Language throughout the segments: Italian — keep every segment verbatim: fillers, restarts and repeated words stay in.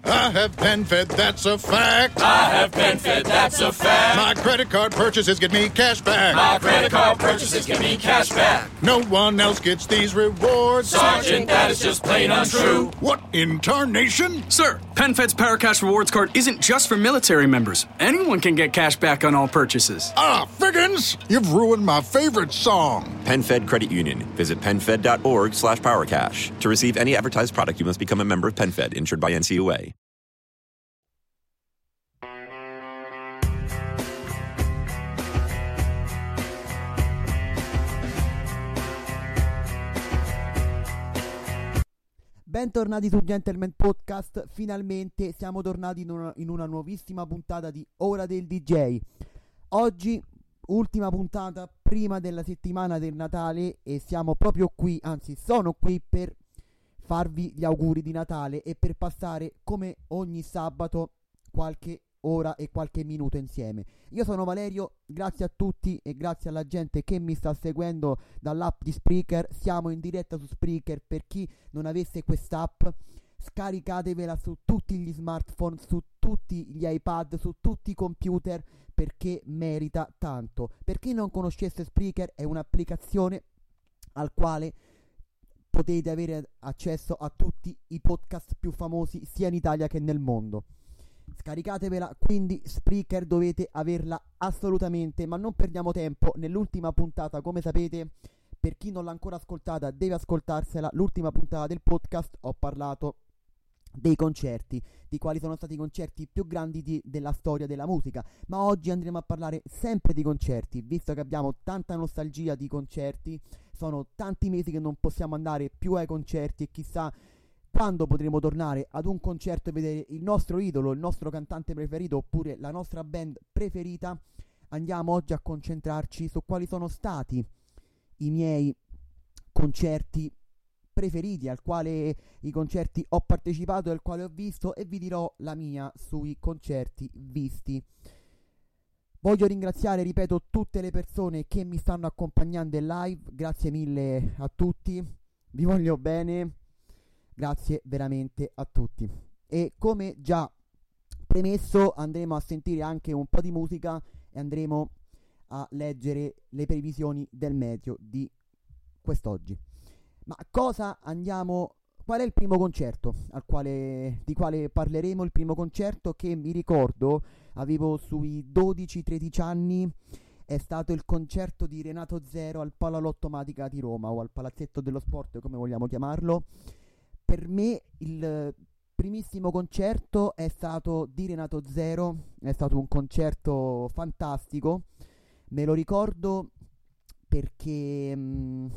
I have PenFed, that's a fact. I have PenFed, that's a fact. My credit card purchases get me cash back. My credit card purchases get me cash back. No one else gets these rewards. Sergeant, that is just plain untrue. What in tarnation? Sir, PenFed's Paracash Rewards card isn't just for military members. Anyone can get cash back on all purchases. Ah, Figgins, you've ruined my favorite song. PenFed Credit Union. Visit penfed.org slash powercash. To receive any advertised product, you must become a member of PenFed, insured by N C U A. Bentornati su Gentleman Podcast, finalmente siamo tornati in una, in una nuovissima puntata di Ora del D J. Oggi, ultima puntata prima della settimana del Natale e siamo proprio qui, anzi sono qui per farvi gli auguri di Natale e per passare come ogni sabato qualche ora e qualche minuto insieme. Io sono Valerio, grazie a tutti e grazie alla gente che mi sta seguendo dall'app di Spreaker. Siamo in diretta su Spreaker, per chi non avesse quest'app scaricatevela su tutti gli smartphone, su tutti gli iPad, su tutti i computer, perché merita tanto. Per chi non conoscesse Spreaker, è un'applicazione al quale potete avere accesso a tutti i podcast più famosi sia in Italia che nel mondo. Scaricatevela, quindi Spreaker dovete averla assolutamente, ma non perdiamo tempo. Nell'ultima puntata, come sapete, per chi non l'ha ancora ascoltata deve ascoltarsela, l'ultima puntata del podcast ho parlato dei concerti, di quali sono stati i concerti più grandi di, della storia della musica, ma oggi andremo a parlare sempre di concerti, visto che abbiamo tanta nostalgia di concerti. Sono tanti mesi che non possiamo andare più ai concerti e chissà quando potremo tornare ad un concerto e vedere il nostro idolo, il nostro cantante preferito oppure la nostra band preferita. Andiamo oggi a concentrarci su quali sono stati i miei concerti preferiti, al quale i concerti ho partecipato e al quale ho visto, e vi dirò la mia sui concerti visti. Voglio ringraziare, ripeto, tutte le persone che mi stanno accompagnando in live. Grazie mille a tutti, vi voglio bene. Grazie veramente a tutti. E come già premesso andremo a sentire anche un po' di musica e andremo a leggere le previsioni del meteo di quest'oggi. Ma cosa andiamo... Qual è il primo concerto al quale, di quale parleremo? Il primo concerto che mi ricordo, avevo sui dodici tredici anni, è stato il concerto di Renato Zero al Palalottomatica di Roma, o al Palazzetto dello Sport, come vogliamo chiamarlo. Per me il primissimo concerto è stato di Renato Zero, è stato un concerto fantastico, me lo ricordo perché mh,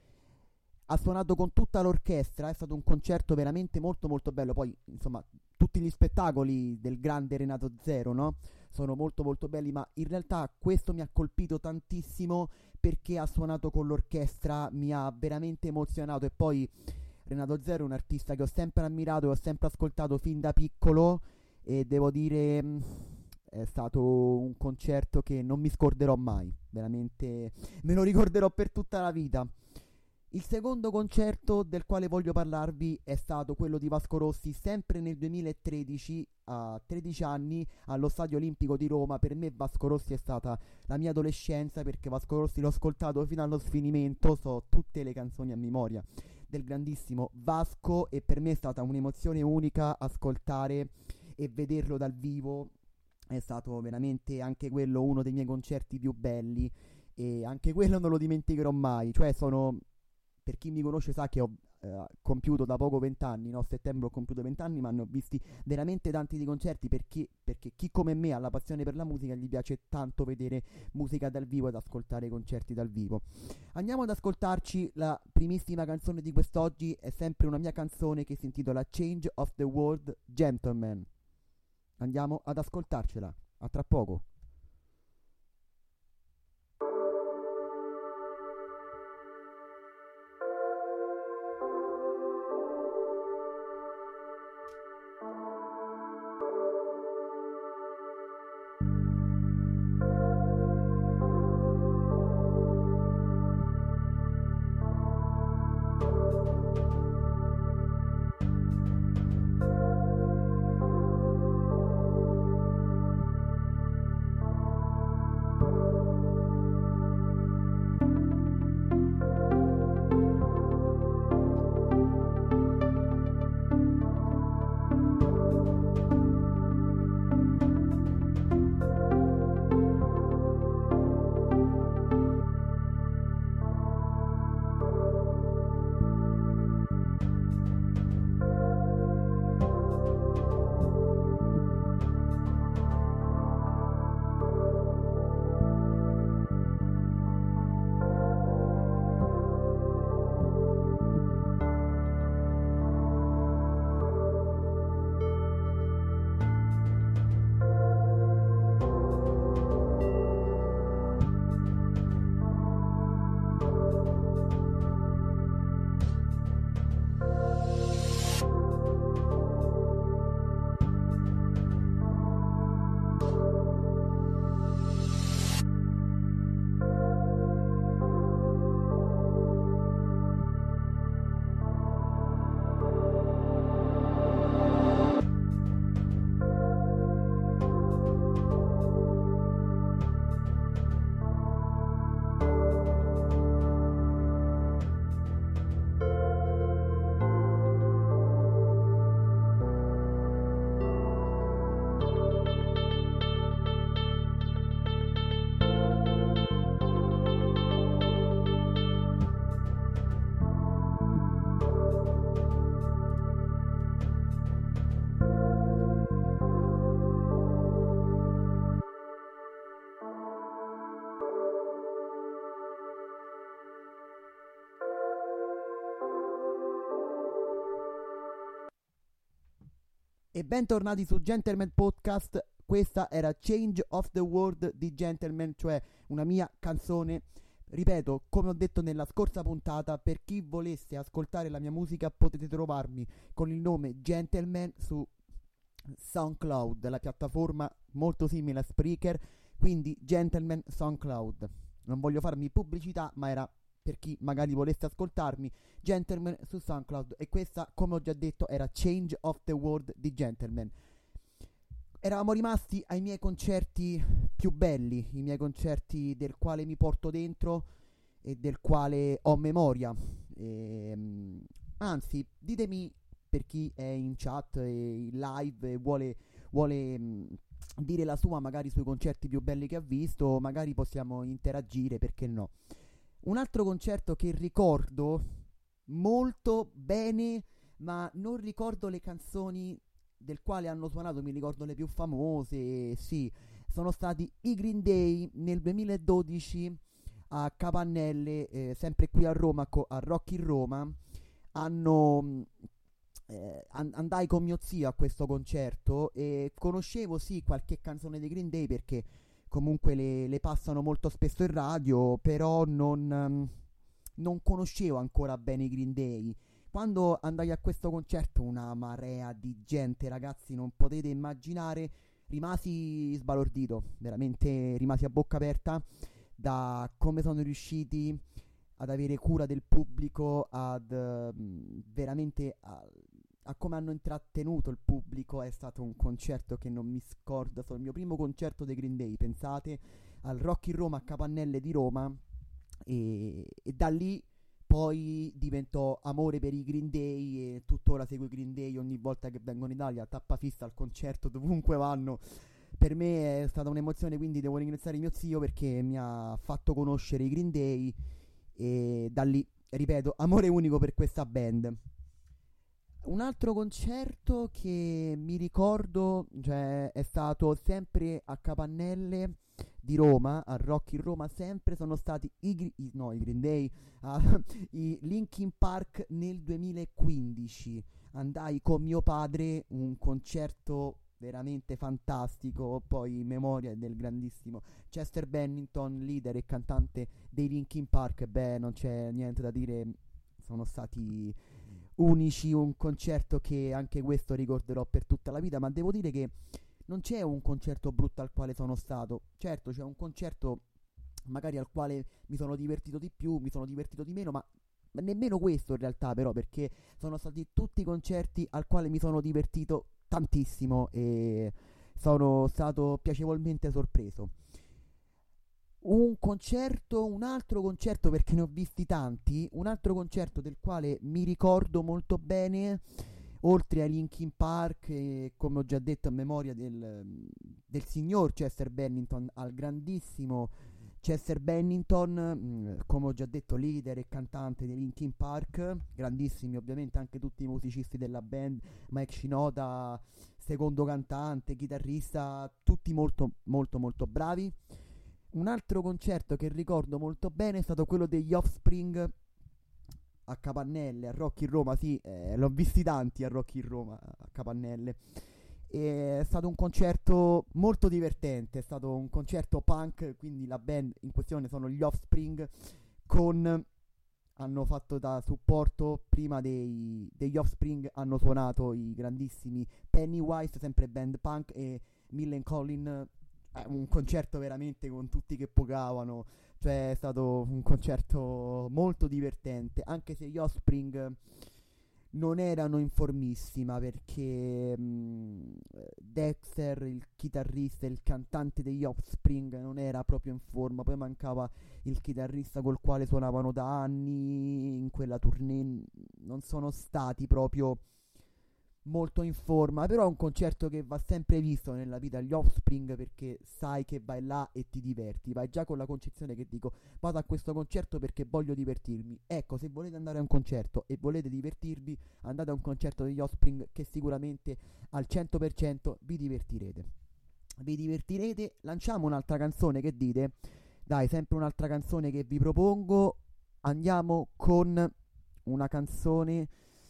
ha suonato con tutta l'orchestra, è stato un concerto veramente molto molto bello. Poi insomma tutti gli spettacoli del grande Renato Zero, no? Sono molto molto belli, ma in realtà questo mi ha colpito tantissimo perché ha suonato con l'orchestra, mi ha veramente emozionato. E poi Renato Zero è un artista che ho sempre ammirato e ho sempre ascoltato fin da piccolo, e devo dire mh, è stato un concerto che non mi scorderò mai, veramente me lo ricorderò per tutta la vita. Il secondo concerto del quale voglio parlarvi è stato quello di Vasco Rossi, sempre nel duemilatredici, a tredici anni, allo Stadio Olimpico di Roma. Per me Vasco Rossi è stata la mia adolescenza, perché Vasco Rossi l'ho ascoltato fino allo sfinimento, so tutte le canzoni a memoria del grandissimo Vasco, e per me è stata un'emozione unica ascoltare e vederlo dal vivo. È stato veramente anche quello uno dei miei concerti più belli, e anche quello non lo dimenticherò mai. Cioè sono... Per chi mi conosce sa che ho eh, compiuto da poco vent'anni, no? A settembre ho compiuto vent'anni, ma ne ho visti veramente tanti di concerti, perché, perché chi come me ha la passione per la musica gli piace tanto vedere musica dal vivo ed ascoltare concerti dal vivo. Andiamo ad ascoltarci la primissima canzone di quest'oggi, è sempre una mia canzone che si intitola Change of the World, Gentleman. Andiamo ad ascoltarcela, a tra poco. E bentornati su Gentleman Podcast. Questa era Change of the World di Gentleman, cioè una mia canzone. Ripeto, come ho detto nella scorsa puntata, per chi volesse ascoltare la mia musica potete trovarmi con il nome Gentleman su SoundCloud, la piattaforma molto simile a Spreaker, quindi Gentleman SoundCloud. Non voglio farmi pubblicità, ma era per chi magari volesse ascoltarmi, Gentleman su SoundCloud. E questa, come ho già detto, era Change of the World di Gentleman. Eravamo rimasti ai miei concerti più belli, i miei concerti del quale mi porto dentro e del quale ho memoria. E, anzi, ditemi, per chi è in chat e in live e vuole, vuole mh, dire la sua magari sui concerti più belli che ha visto, magari possiamo interagire, perché no. Un altro concerto che ricordo molto bene, ma non ricordo le canzoni del quale hanno suonato, mi ricordo le più famose, sì, sono stati i Green Day nel duemiladodici a Capannelle, eh, sempre qui a Roma, co- a Rock in Roma. Hanno... Eh, andai con mio zio a questo concerto e conoscevo sì qualche canzone dei Green Day, perché comunque le, le passano molto spesso in radio, però non, um, non conoscevo ancora bene i Green Day. Quando andai a questo concerto, una marea di gente, ragazzi, non potete immaginare, rimasi sbalordito, veramente rimasi a bocca aperta da come sono riusciti ad avere cura del pubblico, ad uh, veramente a, a come hanno intrattenuto il pubblico. È stato un concerto che non mi scordo, è stato il mio primo concerto dei Green Day, pensate, al Rock in Roma a Capannelle di Roma, e, e da lì poi diventò amore per i Green Day e tuttora seguo i Green Day ogni volta che vengono in Italia, tappa fissa al concerto dovunque vanno. Per me è stata un'emozione, quindi devo ringraziare mio zio perché mi ha fatto conoscere i Green Day e da lì, ripeto, amore unico per questa band. Un altro concerto che mi ricordo, cioè, è stato sempre a Capannelle di Roma, a Rock in Roma, sempre sono stati i, i, no, i Green Day, uh, i Linkin Park nel duemilaquindici. Andai con mio padre, un concerto veramente fantastico, poi memoria del grandissimo Chester Bennington, leader e cantante dei Linkin Park. Beh, non c'è niente da dire, sono stati unici, un concerto che anche questo ricorderò per tutta la vita. Ma devo dire che non c'è un concerto brutto al quale sono stato. Certo, c'è un concerto magari al quale mi sono divertito di più, mi sono divertito di meno, ma nemmeno questo in realtà, però, perché sono stati tutti concerti al quale mi sono divertito tantissimo e sono stato piacevolmente sorpreso. Un concerto, un altro concerto, perché ne ho visti tanti, un altro concerto del quale mi ricordo molto bene, oltre ai Linkin Park e, come ho già detto, a memoria del, del signor Chester Bennington, al grandissimo Chester Bennington, come ho già detto, leader e cantante dei Linkin Park, grandissimi ovviamente anche tutti i musicisti della band, Mike Shinoda, secondo cantante, chitarrista, tutti molto molto molto bravi. Un altro concerto che ricordo molto bene è stato quello degli Offspring a Capannelle, a Rock in Roma, sì, eh, l'ho visti tanti a Rock in Roma, a Capannelle. E è stato un concerto molto divertente, è stato un concerto punk, quindi la band in questione sono gli Offspring, con hanno fatto da supporto prima dei, degli Offspring, hanno suonato i grandissimi Pennywise, sempre band punk, e Millen Collin. Un concerto veramente con tutti che pogavano, cioè è stato un concerto molto divertente, anche se gli Offspring non erano in formissima, perché mh, Dexter, il chitarrista e il cantante degli Offspring, non era proprio in forma. Poi mancava il chitarrista col quale suonavano da anni in quella tournée, non sono stati proprio molto in forma. Però è un concerto che va sempre visto nella vita agli Offspring, perché sai che vai là e ti diverti, vai già con la concezione che dico vado a questo concerto perché voglio divertirmi. Ecco, se volete andare a un concerto e volete divertirvi, andate a un concerto degli Offspring, che sicuramente al cento per cento vi divertirete vi divertirete. Lanciamo un'altra canzone, che dite? Dai, sempre un'altra canzone che vi propongo. Andiamo con una canzone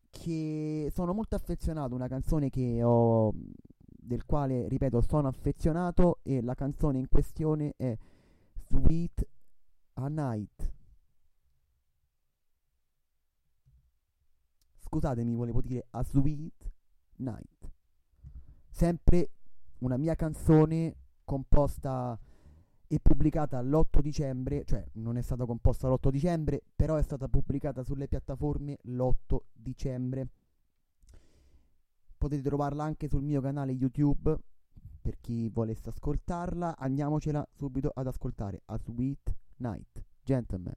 che sono molto affezionato, una canzone che ho, del quale, ripeto, sono affezionato, e la canzone in questione è Sweet a Night. Scusatemi, volevo dire A Sweet Night. Sempre una mia canzone composta e pubblicata l'otto dicembre, cioè non è stata composta l'otto dicembre, però è stata pubblicata sulle piattaforme l'otto dicembre. Potete trovarla anche sul mio canale YouTube, per chi volesse ascoltarla. Andiamocela subito ad ascoltare. A Sweet Night, Gentlemen.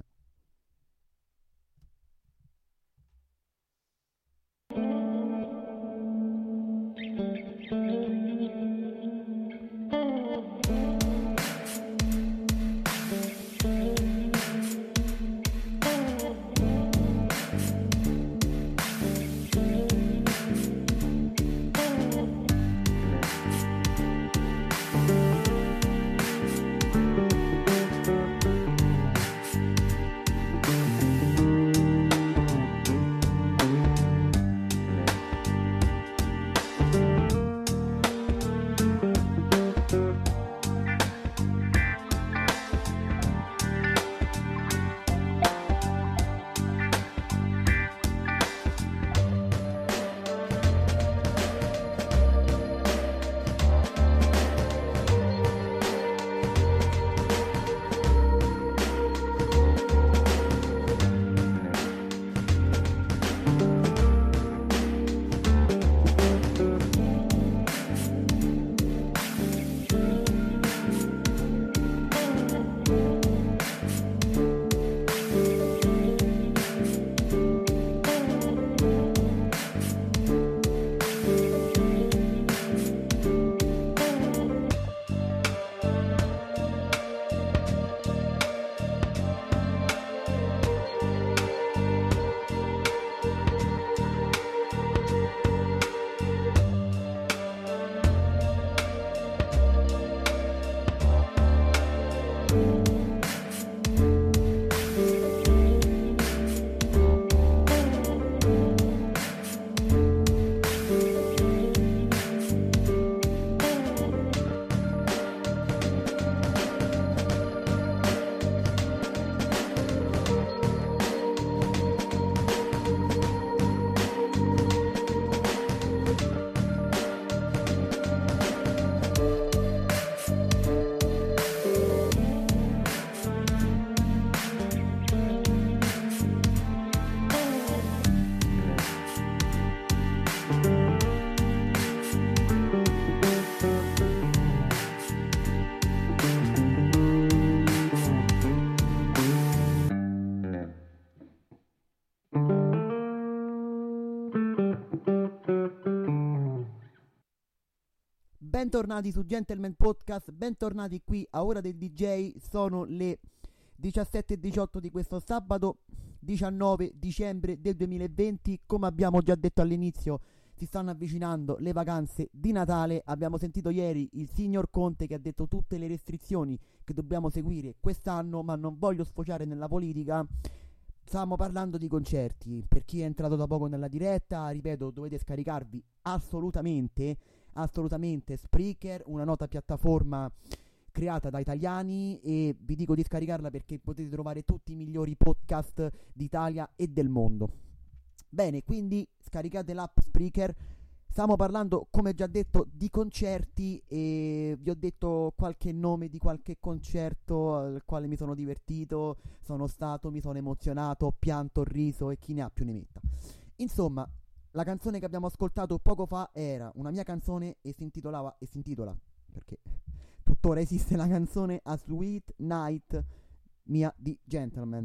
Bentornati su Gentleman Podcast, bentornati qui a Ora del D J. Sono le diciassette e diciotto di questo sabato diciannove dicembre del duemilaventi. Come abbiamo già detto all'inizio, si stanno avvicinando le vacanze di Natale. Abbiamo sentito ieri il signor Conte che ha detto tutte le restrizioni che dobbiamo seguire quest'anno, ma non voglio sfociare nella politica. Stavamo parlando di concerti. Per chi è entrato da poco nella diretta, ripeto, dovete scaricarvi assolutamente assolutamente Spreaker, una nota piattaforma creata da italiani, e vi dico di scaricarla perché potete trovare tutti i migliori podcast d'Italia e del mondo. Bene, quindi scaricate l'app Spreaker. Stiamo parlando, come già detto, di concerti, e vi ho detto qualche nome di qualche concerto al quale mi sono divertito, sono stato, mi sono emozionato, ho pianto, ho riso, e chi ne ha più ne metta. Insomma, la canzone che abbiamo ascoltato poco fa era una mia canzone e si intitolava, e si intitola, perché tuttora esiste la canzone, A Sweet Night, mia di Gentleman.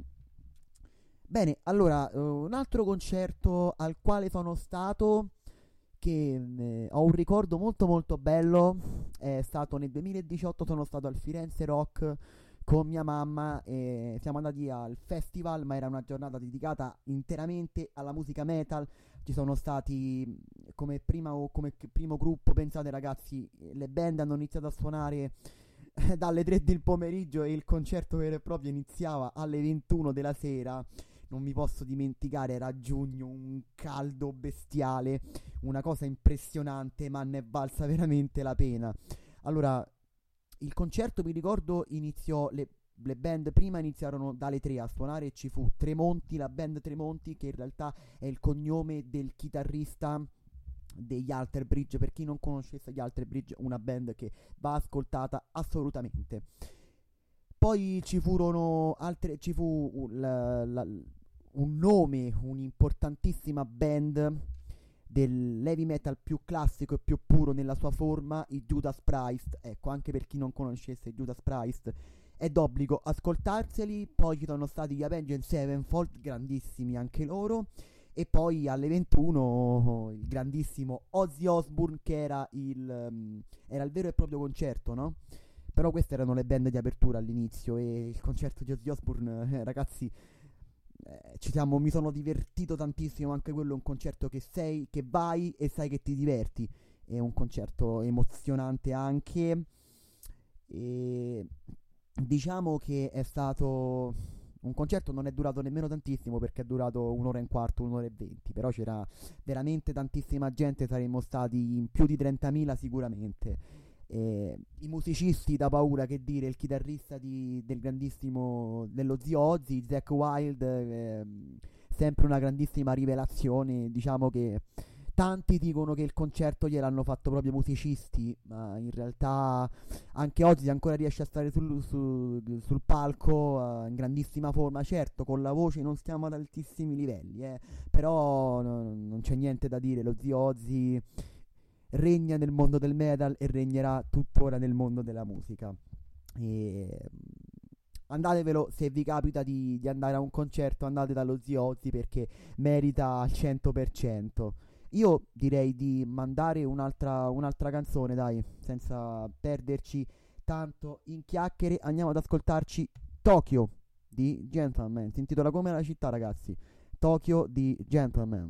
Bene, allora, uh, un altro concerto al quale sono stato, che eh, ho un ricordo molto molto bello, è stato nel duemiladiciotto. Sono stato al Firenze Rock con mia mamma e siamo andati al festival, ma era una giornata dedicata interamente alla musica metal. Ci sono stati come prima o come primo gruppo, pensate ragazzi, le band hanno iniziato a suonare dalle tre del pomeriggio e il concerto vero e proprio iniziava alle ventuno della sera. non mi posso dimenticare, era giugno, un caldo bestiale, una cosa impressionante, ma ne è valsa veramente la pena. Allora, il concerto, mi ricordo, iniziò, le, le band prima iniziarono dalle tre a suonare e ci fu Tremonti, la band Tremonti, che in realtà è il cognome del chitarrista degli Alter Bridge. Per chi non conoscesse gli Alter Bridge, una band che va ascoltata assolutamente. Poi ci furono altre, ci fu la, la, un nome, un'importantissima band dell'heavy metal più classico e più puro nella sua forma, i Judas Priest. Ecco, anche per chi non conoscesse i Judas Priest è d'obbligo ascoltarseli. Poi ci sono stati gli Avenged Sevenfold, grandissimi anche loro. E poi alle ventuno il grandissimo Ozzy Osbourne, che era il, um, era il vero e proprio concerto, no? Però queste erano le band di apertura all'inizio, e il concerto di Ozzy Osbourne, eh, ragazzi, eh, ci siamo, mi sono divertito tantissimo. Anche quello è un concerto che sei, che vai e sai che ti diverti. È un concerto emozionante anche. E diciamo che è stato un concerto, non è durato nemmeno tantissimo, perché è durato un'ora e un quarto, un'ora e venti. Però c'era veramente tantissima gente, saremmo stati in più di trentamila sicuramente. Eh, I musicisti da paura, che dire, il chitarrista di, del grandissimo dello zio Ozzy, Zakk Wylde, eh, sempre una grandissima rivelazione. Diciamo che tanti dicono che il concerto gliel'hanno fatto proprio musicisti, ma in realtà anche Ozzy ancora riesce a stare sul, sul, sul palco uh, in grandissima forma. Certo, con la voce non stiamo ad altissimi livelli, eh, però no, non c'è niente da dire. Lo zio Ozzy regna nel mondo del metal e regnerà tuttora nel mondo della musica. E andatevelo, se vi capita di, di andare a un concerto, andate dallo zio Ozzy, perché merita al cento per cento. Io direi di mandare un'altra, un'altra canzone, dai, senza perderci tanto in chiacchiere. Andiamo ad ascoltarci Tokyo di Gentleman. Si intitola come la città, ragazzi. Tokyo di Gentleman.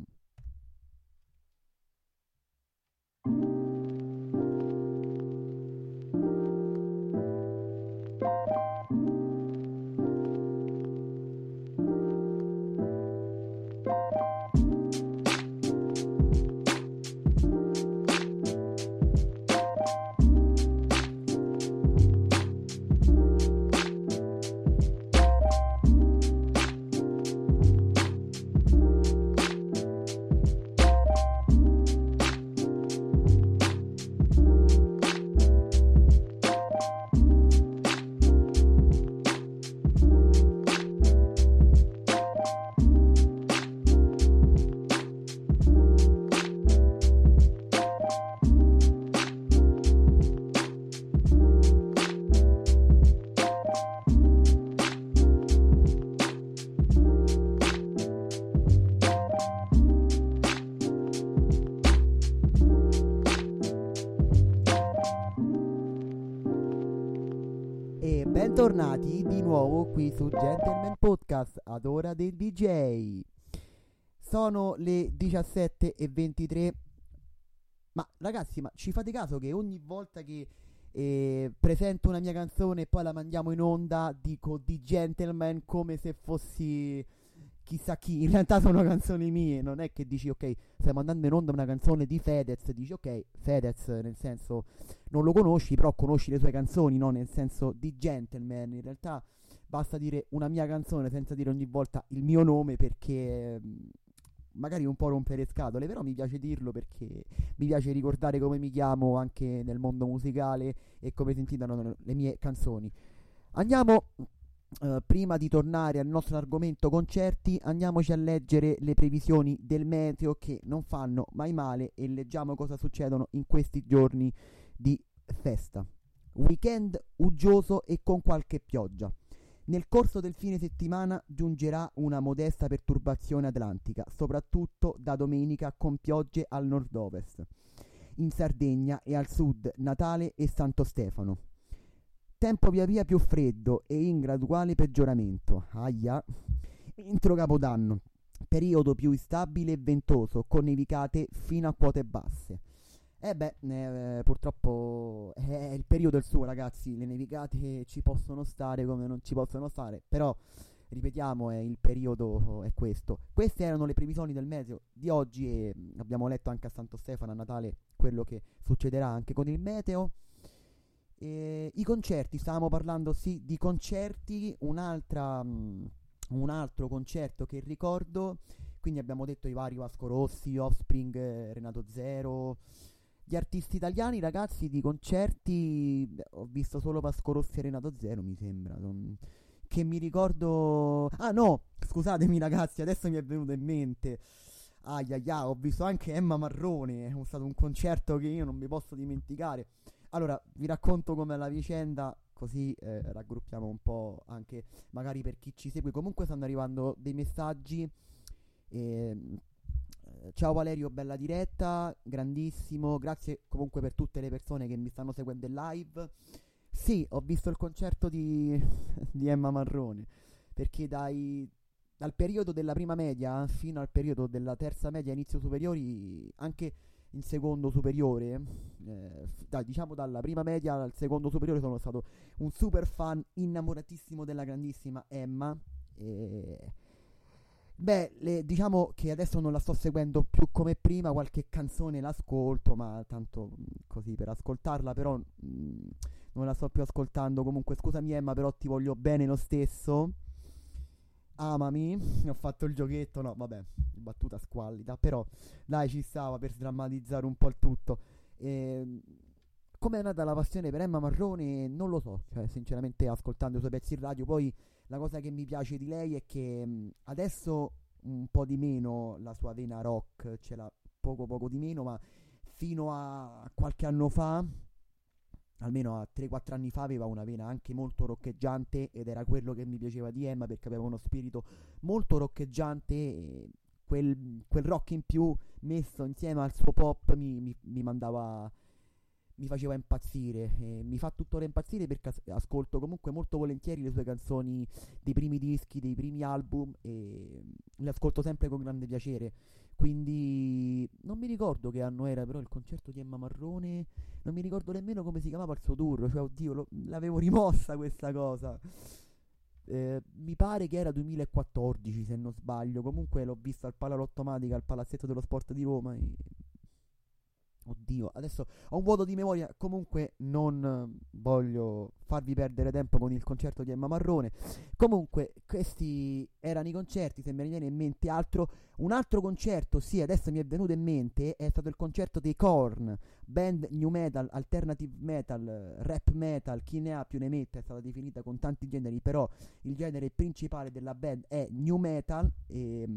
Bentornati di nuovo qui su Gentleman Podcast ad ora del D J. Sono le diciassette e ventitré. Ma ragazzi, ma ci fate caso che ogni volta che eh, presento una mia canzone e poi la mandiamo in onda dico di Gentleman come se fossi chissà chi? In realtà sono canzoni mie. Non è che dici ok, stiamo andando in onda una canzone di Fedez, dici ok, Fedez, nel senso non lo conosci, però conosci le sue canzoni, no? Nel senso di Gentleman. In realtà basta dire una mia canzone senza dire ogni volta il mio nome, perché magari un po' rompere scatole, però mi piace dirlo perché mi piace ricordare come mi chiamo anche nel mondo musicale e come si intitolano le mie canzoni. Andiamo, uh, prima di tornare al nostro argomento concerti, andiamoci a leggere le previsioni del meteo, che non fanno mai male, e leggiamo cosa succedono in questi giorni di festa. Weekend uggioso e con qualche pioggia. Nel corso del fine settimana giungerà una modesta perturbazione atlantica, soprattutto da domenica, con piogge al nord-ovest, in Sardegna e al sud, Natale e Santo Stefano. Tempo via via più freddo e in graduale peggioramento. Aia. Entro Capodanno, periodo più instabile e ventoso, con nevicate fino a quote basse. Eh beh, eh, purtroppo è il periodo il suo, ragazzi. Le nevicate ci possono stare come non ci possono stare, però ripetiamo, è il periodo è questo. Queste erano le previsioni del meteo di oggi e abbiamo letto anche a Santo Stefano a Natale quello che succederà anche con il meteo. E i concerti, stavamo parlando sì di concerti, un'altra mh, un altro concerto che ricordo, quindi abbiamo detto i vari Vasco Rossi, Offspring, eh, Renato Zero, gli artisti italiani, ragazzi, di concerti beh, ho visto solo Vasco Rossi e Renato Zero, mi sembra, non... che mi ricordo. Ah no, scusatemi ragazzi, adesso mi è venuto in mente. Ai ai ai, ho visto anche Emma Marrone, è stato un concerto che io non mi posso dimenticare. Allora, vi racconto com'è la vicenda, così eh, raggruppiamo un po' anche magari per chi ci segue. Comunque stanno arrivando dei messaggi. E, eh, ciao Valerio, bella diretta, grandissimo, grazie comunque per tutte le persone che mi stanno seguendo in live. Sì, ho visto il concerto di, di Emma Marrone, perché dai, dal periodo della prima media fino al periodo della terza media inizio superiori, anche in secondo superiore, eh, dai, diciamo dalla prima media al secondo superiore sono stato un super fan, innamoratissimo della grandissima Emma. E beh, le, diciamo che adesso non la sto seguendo più come prima, qualche canzone l'ascolto, ma tanto mh, così per ascoltarla, però mh, non la sto più ascoltando. Comunque scusami Emma, però ti voglio bene lo stesso, amami. Ho fatto il giochetto, no vabbè, battuta squallida, però dai, ci stava per sdrammatizzare un po' il tutto. E come è nata la passione per Emma Marrone non lo so, cioè sinceramente ascoltando i suoi pezzi in radio. Poi la cosa che mi piace di lei è che mh, adesso un po' di meno la sua vena rock, ce l'ha poco poco di meno, ma fino a qualche anno fa, almeno a tre quattro anni fa, aveva una vena anche molto roccheggiante, ed era quello che mi piaceva di Emma, perché aveva uno spirito molto roccheggiante e quel, quel rock in più messo insieme al suo pop mi, mi, mi mandava... mi faceva impazzire, e mi fa tuttora impazzire perché as- ascolto comunque molto volentieri le sue canzoni dei primi dischi, dei primi album, e le ascolto sempre con grande piacere. Quindi non mi ricordo che anno era però il concerto di Emma Marrone, non mi ricordo nemmeno come si chiamava il suo tour, cioè oddio, lo- l'avevo rimossa questa cosa. Eh, mi pare che era duemilaquattordici se non sbaglio. Comunque l'ho visto al Palalottomatica, al Palazzetto dello Sport di Roma, e oddio, adesso ho un vuoto di memoria. Comunque non eh, voglio farvi perdere tempo con il concerto di Emma Marrone. Comunque questi erano i concerti, se mi viene in mente altro. Un altro concerto, sì, adesso mi è venuto in mente, è stato il concerto dei Korn, band new metal, alternative metal, rap metal, chi ne ha più ne metta, è stata definita con tanti generi, però il genere principale della band è new metal. E,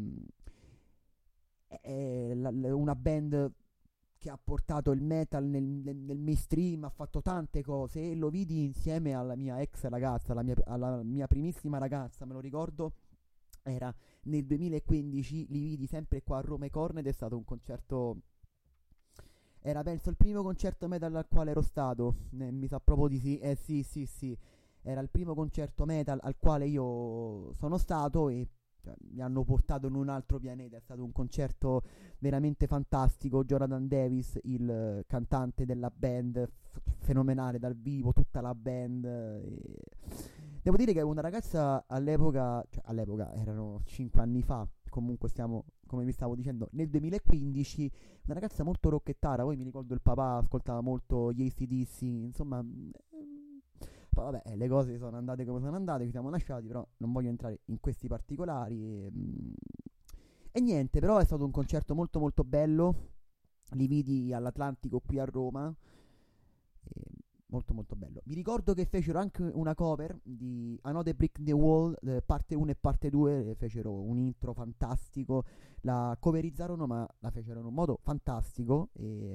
è la, la, una band che ha portato il metal nel, nel, nel mainstream, ha fatto tante cose, e lo vidi insieme alla mia ex ragazza, alla mia, alla mia primissima ragazza, me lo ricordo, era nel duemilaquindici, li vidi sempre qua a Roma, Korn, ed è stato un concerto, era penso il primo concerto metal al quale ero stato, eh, mi sa proprio di sì, eh sì sì sì, era il primo concerto metal al quale io sono stato, e cioè, mi hanno portato in un altro pianeta. È stato un concerto veramente fantastico. Jonathan Davis, il cantante della band, f- fenomenale dal vivo, tutta la band. E... devo dire che una ragazza all'epoca, cioè all'epoca erano cinque anni fa, comunque stiamo, come vi stavo dicendo, nel duemilaquindici, una ragazza molto rocchettara. Poi mi ricordo il papà ascoltava molto gli A C D C, insomma. Poi vabbè, le cose sono andate come sono andate, ci siamo lasciati, però non voglio entrare in questi particolari. E, e niente, però è stato un concerto molto molto bello. Li vidi all'Atlantico qui a Roma, e molto molto bello. Mi ricordo che fecero anche una cover di Another Brick in the Wall, eh, parte uno e parte due, fecero un intro fantastico, la coverizzarono ma la fecero in un modo fantastico. E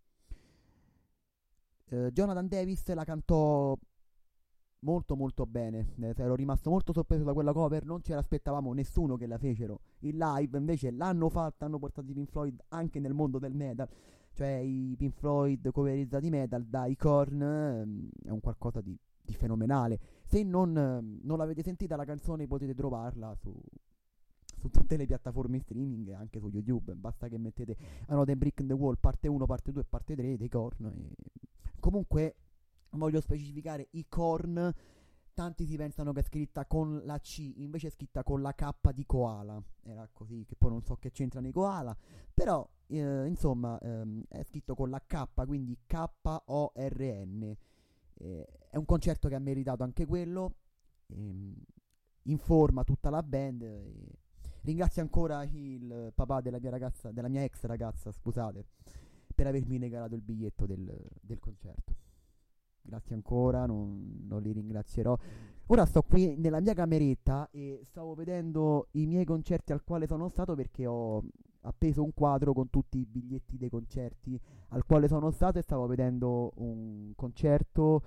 eh, Jonathan Davis la cantò molto molto bene, eh, ero rimasto molto sorpreso da quella cover, non ce l'aspettavamo nessuno che la fecero in live, invece l'hanno fatta, hanno portato i Pink Floyd anche nel mondo del metal, cioè i Pink Floyd coverizzati metal dai Korn, ehm, è un qualcosa di, di fenomenale. Se non, ehm, non l'avete sentita la canzone, potete trovarla su, su tutte le piattaforme streaming e anche su YouTube, basta che mettete Another Brick in the Wall parte uno, parte due e parte tre dei Korn. E comunque voglio specificare i Korn tanti si pensano che è scritta con la C, invece è scritta con la K di koala. Era così, che poi non so che c'entrano i koala, però eh, insomma ehm, è scritto con la K, quindi K O R N. Eh, è un concerto che ha meritato anche quello, ehm, informa tutta la band. E ringrazio ancora il papà della mia ragazza, della mia ex ragazza, scusate, per avermi regalato il biglietto del, del concerto. Grazie ancora, non, non li ringrazierò. Ora sto qui nella mia cameretta e stavo vedendo i miei concerti al quale sono stato, perché ho appeso un quadro con tutti i biglietti dei concerti al quale sono stato, e stavo vedendo un concerto.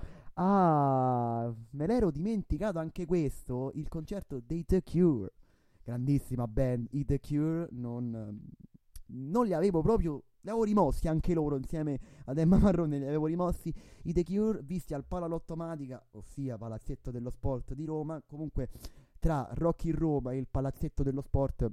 Ah, me l'ero dimenticato anche questo, il concerto dei The Cure. Grandissima band, i The Cure, non, non li avevo proprio... li avevo rimossi anche loro insieme ad Emma Marrone, li avevo rimossi i The Cure, visti al Palalottomatica, ossia Palazzetto dello Sport di Roma. Comunque tra Rock in Roma e il Palazzetto dello Sport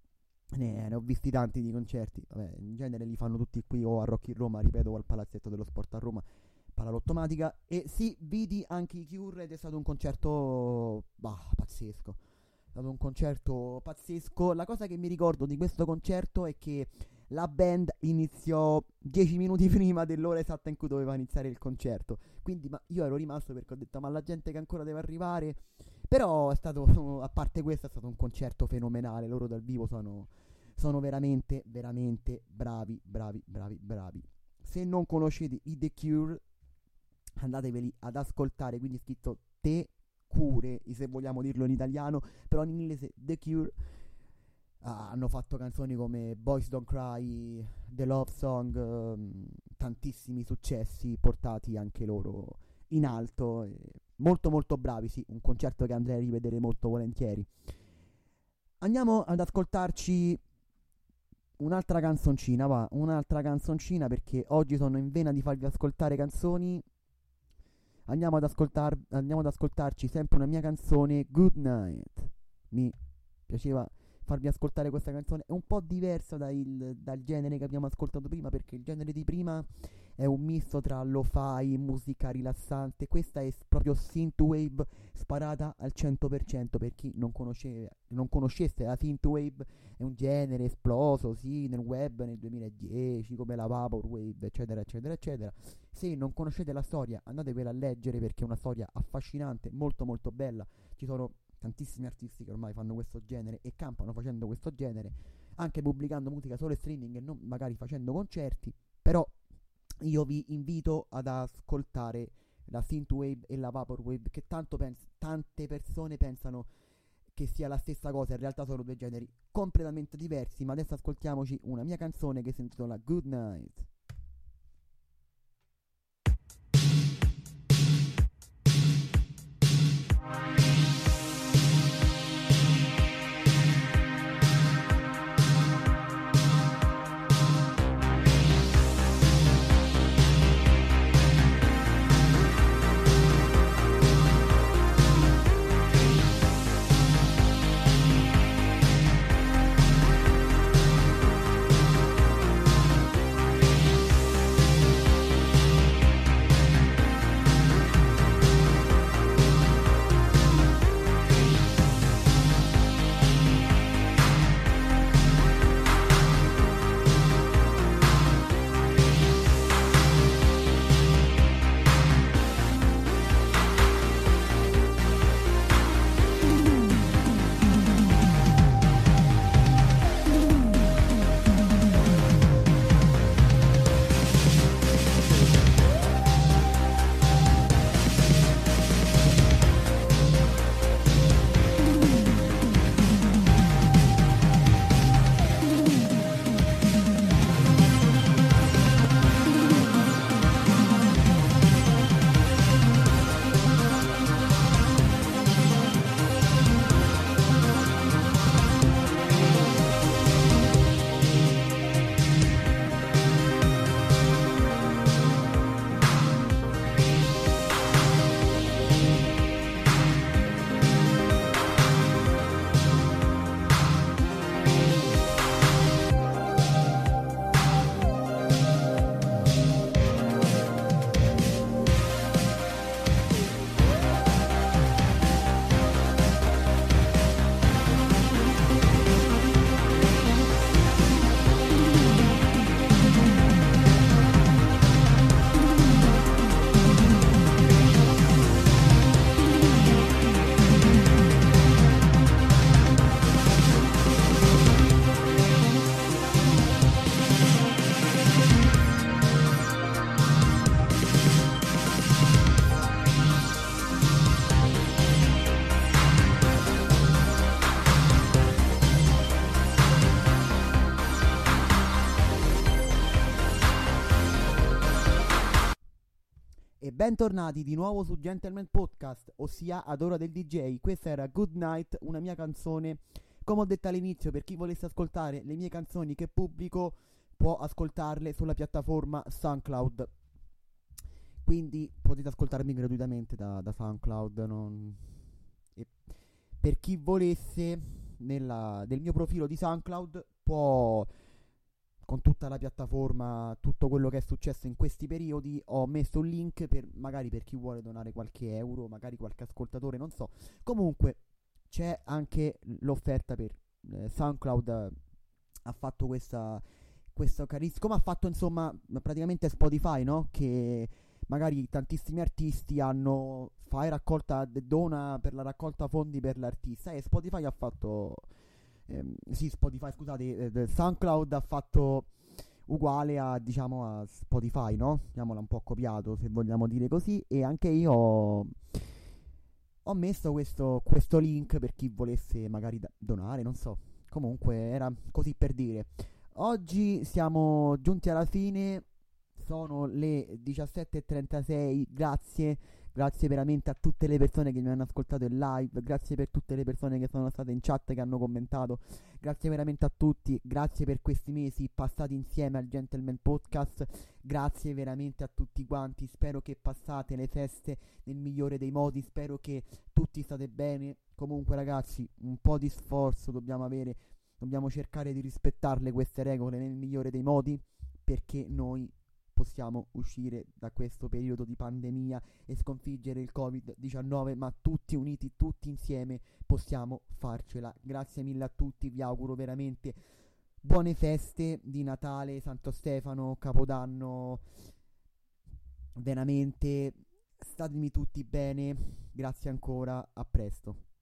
ne, ne ho visti tanti di concerti. Vabbè, in genere li fanno tutti qui o a Rock in Roma, ripeto, o al Palazzetto dello Sport a Roma, Palalottomatica. E sì, vidi anche i Cure ed è stato un concerto bah, pazzesco. È stato un concerto pazzesco. La cosa che mi ricordo di questo concerto è che la band iniziò dieci minuti prima dell'ora esatta in cui doveva iniziare il concerto. Quindi ma io ero rimasto perché ho detto ma la gente che ancora deve arrivare. Però è stato, a parte questo, è stato un concerto fenomenale. Loro dal vivo sono, sono veramente, veramente bravi, bravi, bravi, bravi. Se non conoscete i The Cure, andateveli ad ascoltare, quindi scritto The Cure, se vogliamo dirlo in italiano, però in inglese The Cure. Ah, hanno fatto canzoni come Boys Don't Cry, The Love Song, um, tantissimi successi portati anche loro in alto. Eh, molto molto bravi, sì, un concerto che andrei a rivedere molto volentieri. Andiamo ad ascoltarci un'altra canzoncina, va, un'altra canzoncina, perché oggi sono in vena di farvi ascoltare canzoni. Andiamo ad, ascoltar- andiamo ad ascoltarci sempre una mia canzone, Good Night. Mi piaceva farvi ascoltare questa canzone. È un po' diversa dal, dal genere che abbiamo ascoltato prima, perché il genere di prima è un misto tra lo-fi, musica rilassante. Questa è proprio synthwave sparata al cento per cento. Per chi non, conosce, non conoscesse la synthwave, è un genere esploso, sì, nel web nel duemiladieci, come la vaporwave, eccetera eccetera eccetera. Se non conoscete la storia, andatevela a leggere, perché è una storia affascinante, molto molto bella. Ci sono tantissimi artisti che ormai fanno questo genere e campano facendo questo genere, anche pubblicando musica solo streaming e non magari facendo concerti. Però io vi invito ad ascoltare la synthwave e la vaporwave, che tanto pens- tante persone pensano che sia la stessa cosa. In realtà sono due generi completamente diversi. Ma adesso ascoltiamoci una mia canzone che si intitola Good Night. Good e bentornati di nuovo su Gentleman Podcast, ossia ad ora del D J. Questa era Good Night, una mia canzone. Come ho detto all'inizio, per chi volesse ascoltare le mie canzoni che pubblico può ascoltarle sulla piattaforma SoundCloud. Quindi potete ascoltarmi gratuitamente da, da SoundCloud. Non... E per chi volesse, nella, del mio profilo di SoundCloud può, con tutta la piattaforma, tutto quello che è successo in questi periodi, ho messo un link per magari per chi vuole donare qualche euro, magari qualche ascoltatore, non so. Comunque c'è anche l'offerta per eh, SoundCloud. eh, ha fatto questa questo carissimo, come ha fatto insomma praticamente Spotify, no? Che magari tantissimi artisti hanno fai raccolta dona per la raccolta fondi per l'artista, e Spotify ha fatto ehm, sì Spotify scusate eh, SoundCloud ha fatto uguale a, diciamo, a Spotify, no? Diciamola un po' copiato, se vogliamo dire così, e anche io ho, ho messo questo, questo link per chi volesse magari da- donare, non so. Comunque era così per dire. Oggi siamo giunti alla fine, sono le diciassette e trentasei, grazie, grazie veramente a tutte le persone che mi hanno ascoltato in live, grazie per tutte le persone che sono state in chat, che hanno commentato, grazie veramente a tutti, grazie per questi mesi passati insieme al Gentleman Podcast, grazie veramente a tutti quanti, spero che passate le feste nel migliore dei modi, spero che tutti state bene. Comunque ragazzi, un po' di sforzo dobbiamo avere, dobbiamo cercare di rispettarle queste regole nel migliore dei modi, perché noi possiamo uscire da questo periodo di pandemia e sconfiggere il covid diciannove, ma tutti uniti, tutti insieme possiamo farcela. Grazie mille a tutti, vi auguro veramente buone feste di Natale, Santo Stefano, Capodanno, veramente statemi tutti bene, grazie ancora, a presto.